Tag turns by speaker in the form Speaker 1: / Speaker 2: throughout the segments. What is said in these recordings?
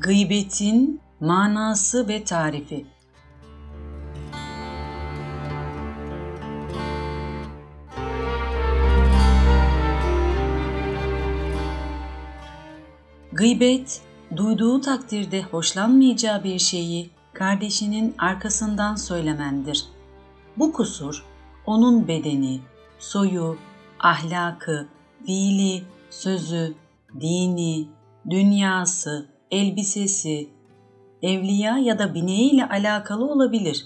Speaker 1: Gıybetin manası ve tarifi. Gıybet, duyduğu takdirde hoşlanmayacağı bir şeyi kardeşinin arkasından söylemendir. Bu kusur, onun bedeni, soyu, ahlakı, fiili, sözü, dini, dünyası, elbisesi, evliya ya da bineği ile alakalı olabilir.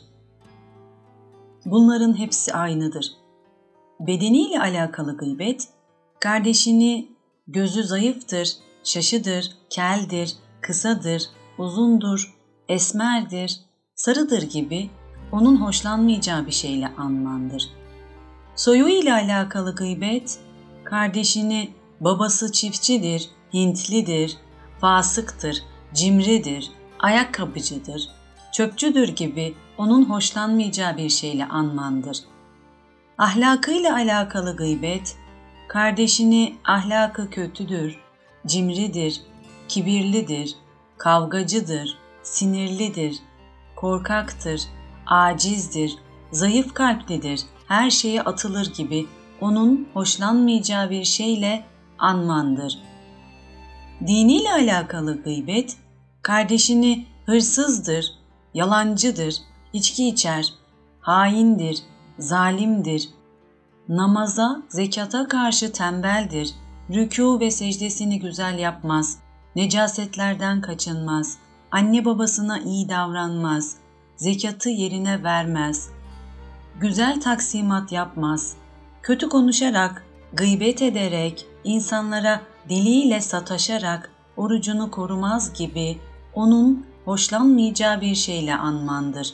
Speaker 1: Bunların hepsi aynıdır. Bedeniyle alakalı gıybet, kardeşini gözü zayıftır, şaşıdır, keldir, kısadır, uzundur, esmerdir, sarıdır gibi onun hoşlanmayacağı bir şeyle anmandır. Soyu ile alakalı gıybet, kardeşini babası çiftçidir, Hintlidir, fasıktır, cimridir, ayakkabıcıdır, çöpçüdür gibi onun hoşlanmayacağı bir şeyle anmandır. Ahlakıyla alakalı gıybet, kardeşini ahlakı kötüdür, cimridir, kibirlidir, kavgacıdır, sinirlidir, korkaktır, acizdir, zayıf kalplidir, her şeye atılır gibi onun hoşlanmayacağı bir şeyle anmandır. Diniyle alakalı gıybet, kardeşini hırsızdır, yalancıdır, içki içer, haindir, zalimdir, namaza, zekata karşı tembeldir, rükû ve secdesini güzel yapmaz, necasetlerden kaçınmaz, anne babasına iyi davranmaz, zekatı yerine vermez, güzel taksimat yapmaz, kötü konuşarak, gıybet ederek, insanlara diliyle sataşarak orucunu korumaz gibi onun hoşlanmayacağı bir şeyle anmandır.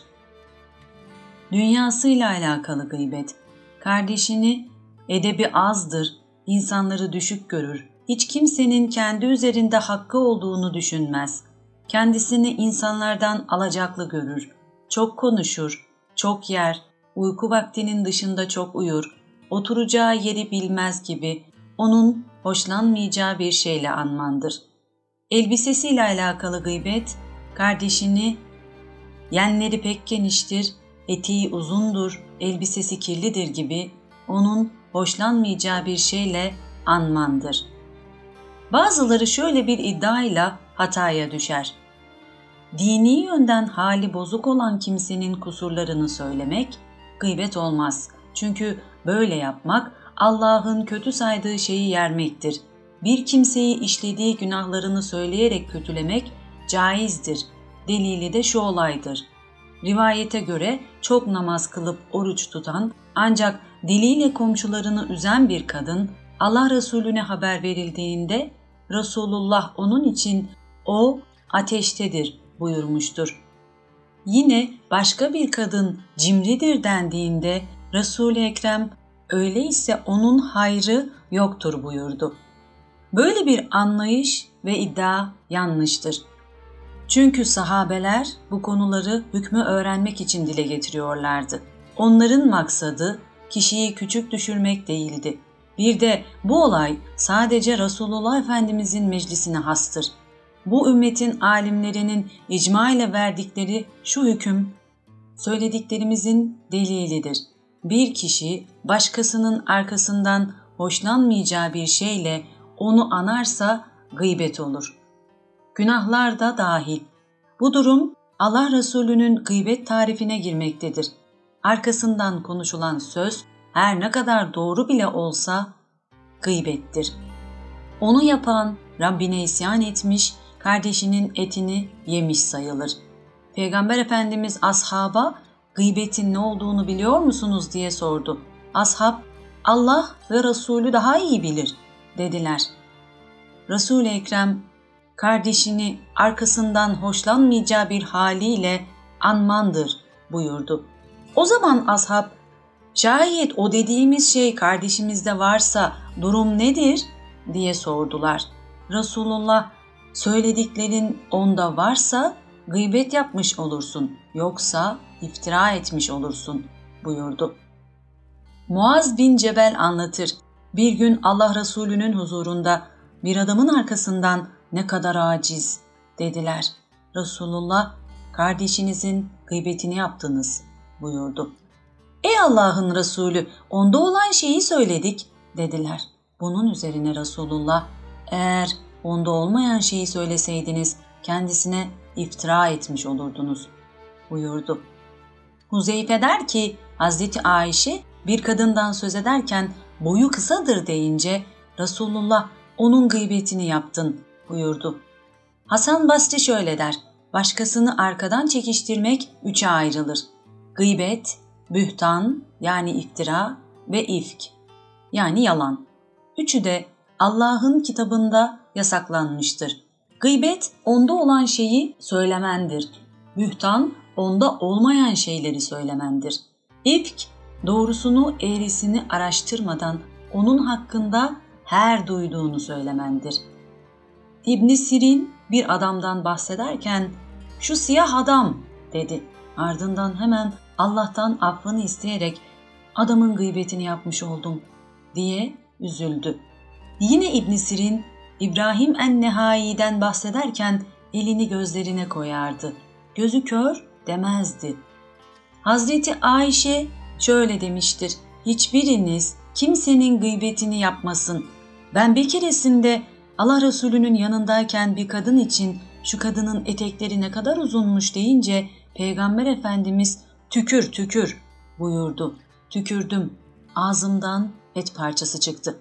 Speaker 1: Dünyasıyla alakalı gıybet, kardeşini edebi azdır, insanları düşük görür, hiç kimsenin kendi üzerinde hakkı olduğunu düşünmez, kendisini insanlardan alacaklı görür, çok konuşur, çok yer, uyku vaktinin dışında çok uyur, oturacağı yeri bilmez gibi onun hoşlanmayacağı bir şeyle anmandır. Elbisesiyle alakalı gıybet, kardeşini yenleri pek geniştir, eteği uzundur, elbisesi kirlidir gibi onun hoşlanmayacağı bir şeyle anmandır. Bazıları şöyle bir iddiayla hataya düşer. Dini yönden hali bozuk olan kimsenin kusurlarını söylemek gıybet olmaz. Çünkü böyle yapmak Allah'ın kötü saydığı şeyi yermektir. Bir kimseyi işlediği günahlarını söyleyerek kötülemek caizdir. Delili de şu olaydır. Rivayete göre çok namaz kılıp oruç tutan ancak diliyle komşularını üzen bir kadın Allah Resulüne haber verildiğinde Resulullah onun için o ateştedir buyurmuştur. Yine başka bir kadın cimridir dendiğinde Resul-i Ekrem öyleyse onun hayrı yoktur buyurdu. Böyle bir anlayış ve iddia yanlıştır. Çünkü sahabeler bu konuları hükmü öğrenmek için dile getiriyorlardı. Onların maksadı kişiyi küçük düşürmek değildi. Bir de bu olay sadece Resulullah Efendimizin meclisine hastır. Bu ümmetin alimlerinin icma ile verdikleri şu hüküm, söylediklerimizin delilidir. Bir kişi başkasının arkasından hoşlanmayacağı bir şeyle onu anarsa gıybet olur. Günahlar da dahil. Bu durum Allah Resulü'nün gıybet tarifine girmektedir. Arkasından konuşulan söz her ne kadar doğru bile olsa gıybettir. Onu yapan Rabbine isyan etmiş, kardeşinin etini yemiş sayılır. Peygamber Efendimiz ashaba gıybetin ne olduğunu biliyor musunuz diye sordu. Ashab, Allah ve Resulü daha iyi bilir dediler. Resul-i Ekrem kardeşini arkasından hoşlanmayacağı bir haliyle anmandır buyurdu. O zaman ashab, şayet o dediğimiz şey kardeşimizde varsa durum nedir diye sordular. Resulullah, söylediklerin onda varsa gıybet yapmış olursun, yoksa iftira etmiş olursun buyurdu. Muaz bin Cebel anlatır. Bir gün Allah Resulü'nün huzurunda bir adamın arkasından ne kadar aciz, dediler. Resulullah, kardeşinizin gıybetini yaptınız buyurdu. Ey Allah'ın Resulü, onda olan şeyi söyledik dediler. Bunun üzerine Resulullah, eğer onda olmayan şeyi söyleseydiniz kendisine iftira etmiş olurdunuz buyurdu. Huzeyfe der ki Hazreti Ayşe bir kadından söz ederken boyu kısadır deyince Resulullah onun gıybetini yaptın buyurdu. Hasan Basri şöyle der, başkasını arkadan çekiştirmek üçe ayrılır. Gıybet, bühtan yani iftira ve ifk yani yalan. Üçü de Allah'ın kitabında yasaklanmıştır. Gıybet onda olan şeyi söylemendir. Bühtan onda olmayan şeyleri söylemendir. İfk doğrusunu eğrisini araştırmadan onun hakkında her duyduğunu söylemendir. İbn Sirin bir adamdan bahsederken şu siyah adam dedi. Ardından hemen Allah'tan affını isteyerek adamın gıybetini yapmış oldum diye üzüldü. Yine İbn Sirin İbrahim en-Nehai'den bahsederken elini gözlerine koyardı. Gözü kör demezdi. Hazreti Ayşe şöyle demiştir. Hiçbiriniz kimsenin gıybetini yapmasın. Ben bir keresinde Allah Resulü'nün yanındayken bir kadın için şu kadının etekleri ne kadar uzunmuş deyince Peygamber Efendimiz tükür tükür buyurdu. Tükürdüm. Ağzımdan et parçası çıktı.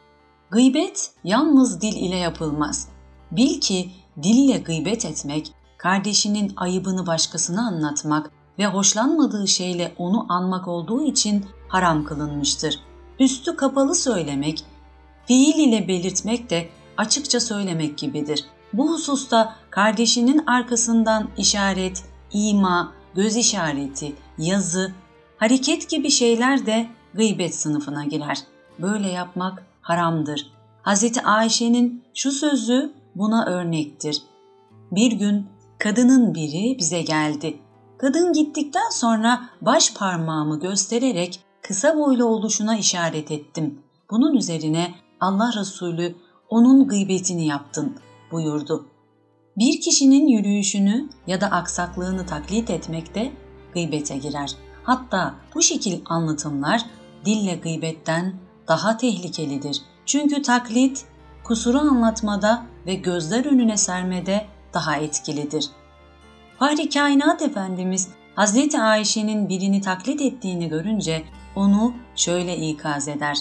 Speaker 1: Gıybet yalnız dil ile yapılmaz. Bil ki dille gıybet etmek, kardeşinin ayıbını başkasına anlatmak ve hoşlanmadığı şeyle onu anmak olduğu için haram kılınmıştır. Üstü kapalı söylemek, fiil ile belirtmek de açıkça söylemek gibidir. Bu hususta kardeşinin arkasından işaret, ima, göz işareti, yazı, hareket gibi şeyler de gıybet sınıfına girer. Böyle yapmak haramdır. Hazreti Ayşe'nin şu sözü buna örnektir. Bir gün kadının biri bize geldi. Kadın gittikten sonra baş parmağımı göstererek kısa boylu oluşuna işaret ettim. Bunun üzerine Allah Resulü onun gıybetini yaptın buyurdu. Bir kişinin yürüyüşünü ya da aksaklığını taklit etmek de gıybete girer. Hatta bu şekil anlatımlar dille gıybetten daha tehlikelidir. Çünkü taklit kusuru anlatmada ve gözler önüne sermede daha etkilidir. Fahri Kainat Efendimiz Hazreti Ayşe'nin birini taklit ettiğini görünce onu şöyle ikaz eder.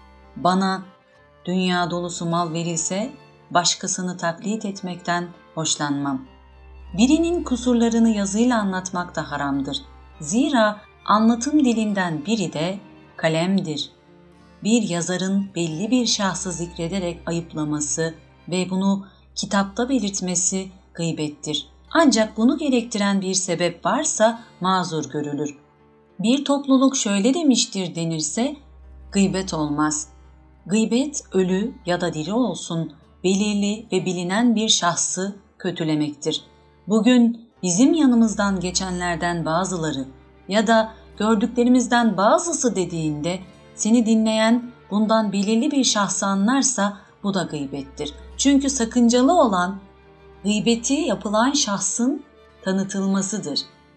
Speaker 1: Bana dünya dolusu mal verilse başkasını taklit etmekten hoşlanmam. Birinin kusurlarını yazıyla anlatmak da haramdır. Zira anlatım dilinden biri de kalemdir. Bir yazarın belli bir şahsı zikrederek ayıplaması ve bunu kitapta belirtmesi gıybettir. Ancak bunu gerektiren bir sebep varsa mazur görülür. Bir topluluk şöyle demiştir denirse gıybet olmaz. Gıybet ölü ya da diri olsun belirli ve bilinen bir şahsı kötülemektir. Bugün bizim yanımızdan geçenlerden bazıları ya da gördüklerimizden bazısı dediğinde seni dinleyen bundan belirli bir şahsı anlarsa bu da gıybettir. Çünkü sakıncalı olan gıybeti yapılan şahsın tanıtılmasıdır.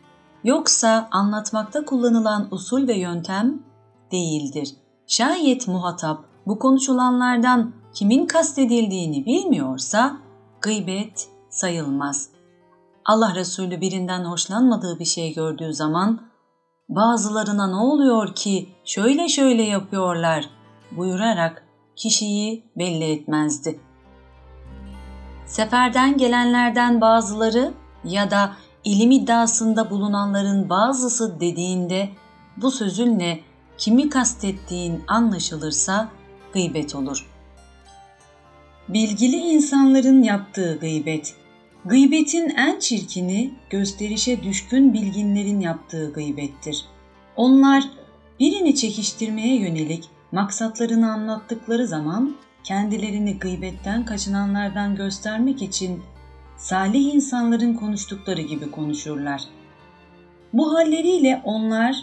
Speaker 1: Yoksa anlatmakta kullanılan usul ve yöntem değildir. Şayet muhatap bu konuşulanlardan kimin kastedildiğini bilmiyorsa gıybet sayılmaz. Allah Resulü birinden hoşlanmadığı bir şey gördüğü zaman bazılarına ne oluyor ki şöyle şöyle yapıyorlar buyurarak kişiyi belli etmezdi. Seferden gelenlerden bazıları ya da ilim iddiasında bulunanların bazısı dediğinde bu sözünle kimi kastettiğin anlaşılırsa gıybet olur. Bilgili insanların yaptığı gıybet. Gıybetin en çirkini gösterişe düşkün bilginlerin yaptığı gıybettir. Onlar birini çekiştirmeye yönelik maksatlarını anlattıkları zaman kendilerini gıybetten kaçınanlardan göstermek için salih insanların konuştukları gibi konuşurlar. Bu halleriyle onlar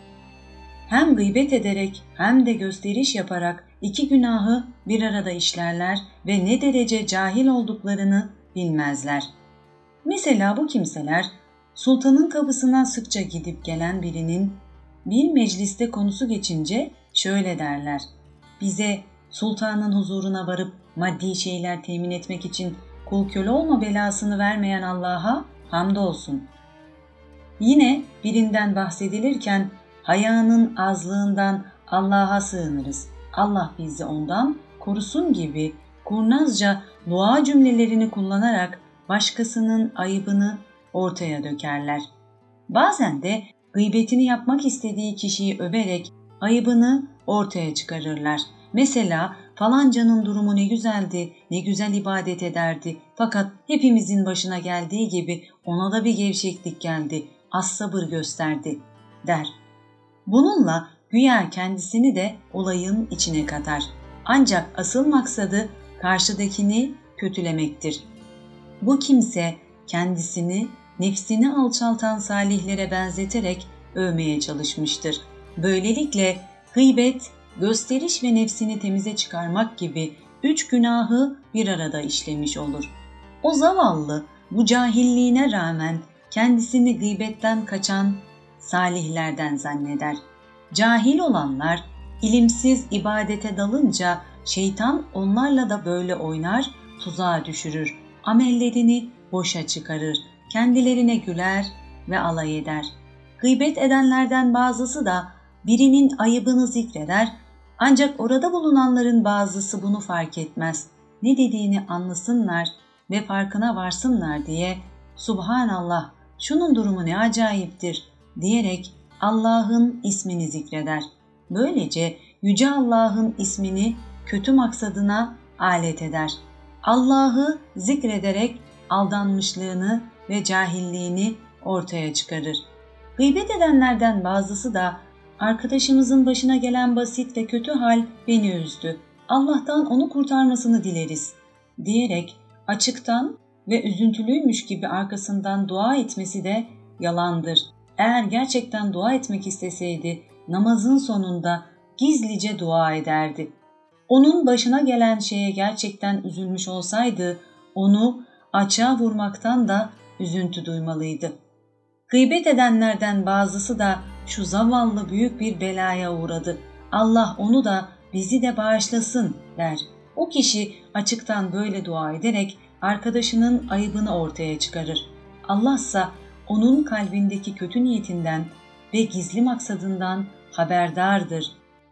Speaker 1: hem gıybet ederek hem de gösteriş yaparak iki günahı bir arada işlerler ve ne derece cahil olduklarını bilmezler. Mesela bu kimseler sultanın kapısına sıkça gidip gelen birinin bir mecliste konusu geçince şöyle derler: bize sultanın huzuruna varıp maddi şeyler temin etmek için kul köle olma belasını vermeyen Allah'a hamdolsun. Yine birinden bahsedilirken hayanın azlığından Allah'a sığınırız, Allah bizi ondan korusun gibi kurnazca dua cümlelerini kullanarak başkasının ayıbını ortaya dökerler. Bazen de gıybetini yapmak istediği kişiyi överek ayıbını ortaya çıkarırlar. Mesela falancanın durumu ne güzeldi, ne güzel ibadet ederdi. Fakat hepimizin başına geldiği gibi ona da bir gevşeklik geldi, az sabır gösterdi der. Bununla güya kendisini de olayın içine katar. Ancak asıl maksadı karşıdakini kötülemektir. Bu kimse kendisini nefsini alçaltan salihlere benzeterek övmeye çalışmıştır. Böylelikle gıybet, gösteriş ve nefsini temize çıkarmak gibi 3 günahı bir arada işlemiş olur. O zavallı bu cahilliğine rağmen kendisini gıybetten kaçan salihlerden zanneder. Cahil olanlar ilimsiz ibadete dalınca şeytan onlarla da böyle oynar, tuzağa düşürür, amellerini boşa çıkarır, kendilerine güler ve alay eder. Gıybet edenlerden bazısı da birinin ayıbını zikreder, ancak orada bulunanların bazısı bunu fark etmez. Ne dediğini anlasınlar ve farkına varsınlar diye Subhanallah, şunun durumu ne acayiptir diyerek Allah'ın ismini zikreder. Böylece Yüce Allah'ın ismini kötü maksadına alet eder. Allah'ı zikrederek aldanmışlığını ve cahilliğini ortaya çıkarır. Gıybet edenlerden bazısı da arkadaşımızın başına gelen basit ve kötü hal beni üzdü, Allah'tan onu kurtarmasını dileriz diyerek açıktan ve üzüntülüymüş gibi arkasından dua etmesi de yalandır. Eğer gerçekten dua etmek isteseydi namazın sonunda gizlice dua ederdi. Onun başına gelen şeye gerçekten üzülmüş olsaydı onu açığa vurmaktan da üzüntü duymalıydı. Gıybet edenlerden bazısı da şu zavallı büyük bir belaya uğradı, Allah onu da bizi de bağışlasın der. O kişi açıktan böyle dua ederek arkadaşının ayıbını ortaya çıkarır. Allahsa onun kalbindeki kötü niyetinden ve gizli maksadından haberdardır.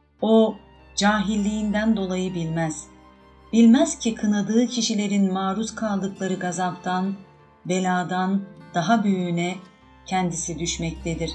Speaker 1: O cahilliğinden dolayı bilmez. Bilmez ki kınadığı kişilerin maruz kaldıkları gazaptan, beladan daha büyüğüne kendisi düşmektedir.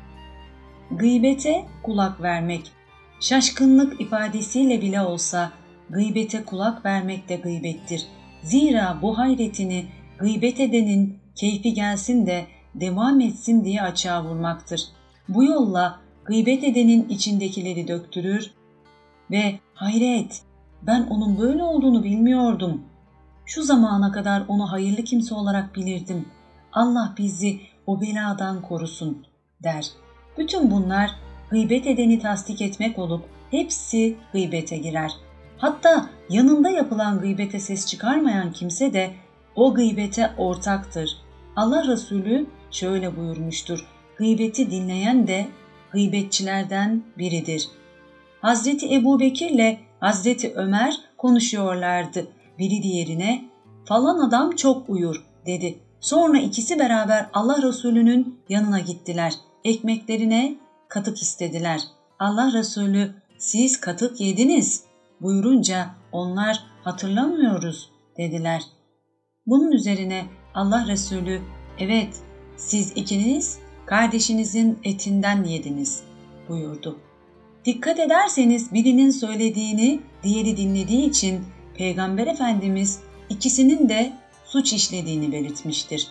Speaker 1: Gıybete kulak vermek, şaşkınlık ifadesiyle bile olsa gıybete kulak vermek de gıybettir. Zira bu hayretini gıybet edenin keyfi gelsin de devam etsin diye açığa vurmaktır. Bu yolla gıybet edenin içindekileri döktürür ve hayret, ben onun böyle olduğunu bilmiyordum. Şu zamana kadar onu hayırlı kimse olarak bilirdim. Allah bizi o beladan korusun der. Bütün bunlar gıybet edeni tasdik etmek olup hepsi gıybete girer. Hatta yanında yapılan gıybete ses çıkarmayan kimse de o gıybete ortaktır. Allah Resulü şöyle buyurmuştur: gıybeti dinleyen de gıybetçilerden biridir. Hazreti Ebu Bekir ile Hazreti Ömer konuşuyorlardı. Biri diğerine falan adam çok uyur dedi. Sonra ikisi beraber Allah Resulü'nün yanına gittiler. Ekmeklerine katık istediler. Allah Resulü siz katık yediniz buyurunca onlar hatırlamıyoruz dediler. Bunun üzerine Allah Resulü evet siz ikiniz kardeşinizin etinden yediniz buyurdu. Dikkat ederseniz birinin söylediğini diğeri dinlediği için Peygamber Efendimiz ikisinin de suç işlediğini belirtmiştir.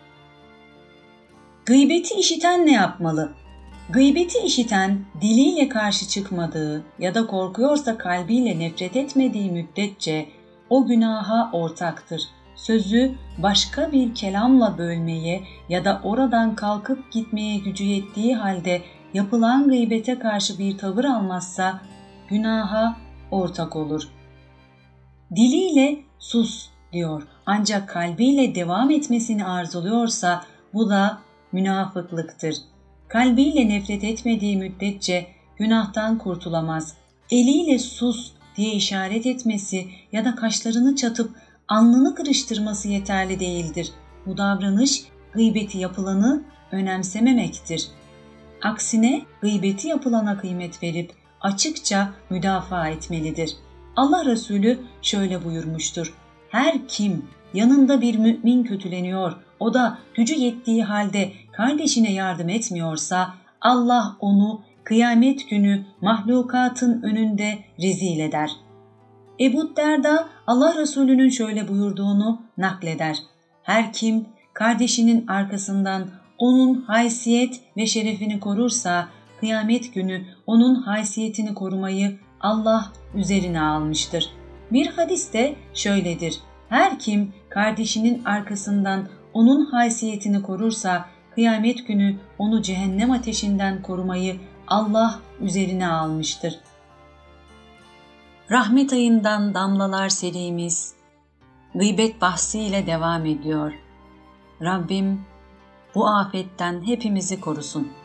Speaker 1: Gıybeti işiten ne yapmalı? Gıybeti işiten diliyle karşı çıkmadığı ya da korkuyorsa kalbiyle nefret etmediği müddetçe o günaha ortaktır. Sözü başka bir kelamla bölmeye ya da oradan kalkıp gitmeye gücü yettiği halde yapılan gıybete karşı bir tavır almazsa günaha ortak olur. Diliyle sus, diyor. Ancak kalbiyle devam etmesini arzuluyorsa bu da münafıklıktır. Kalbiyle nefret etmediği müddetçe günahtan kurtulamaz. Eliyle sus diye işaret etmesi ya da kaşlarını çatıp alnını kırıştırması yeterli değildir. Bu davranış gıybeti yapılanı önemsememektir. Aksine gıybeti yapılana kıymet verip açıkça müdafaa etmelidir. Allah Resulü şöyle buyurmuştur: her kim yanında bir mümin kötüleniyor, o da gücü yettiği halde kardeşine yardım etmiyorsa Allah onu kıyamet günü mahlukatın önünde rezil eder. Ebu Derda Allah Resulü'nün şöyle buyurduğunu nakleder: her kim kardeşinin arkasından onun haysiyet ve şerefini korursa kıyamet günü onun haysiyetini korumayı Allah üzerine almıştır. Bir hadiste şöyledir: her kim kardeşinin arkasından onun haysiyetini korursa kıyamet günü onu cehennem ateşinden korumayı Allah üzerine almıştır. Rahmet ayından damlalar serimiz gıybet bahsiyle devam ediyor. Rabbim bu afetten hepimizi korusun.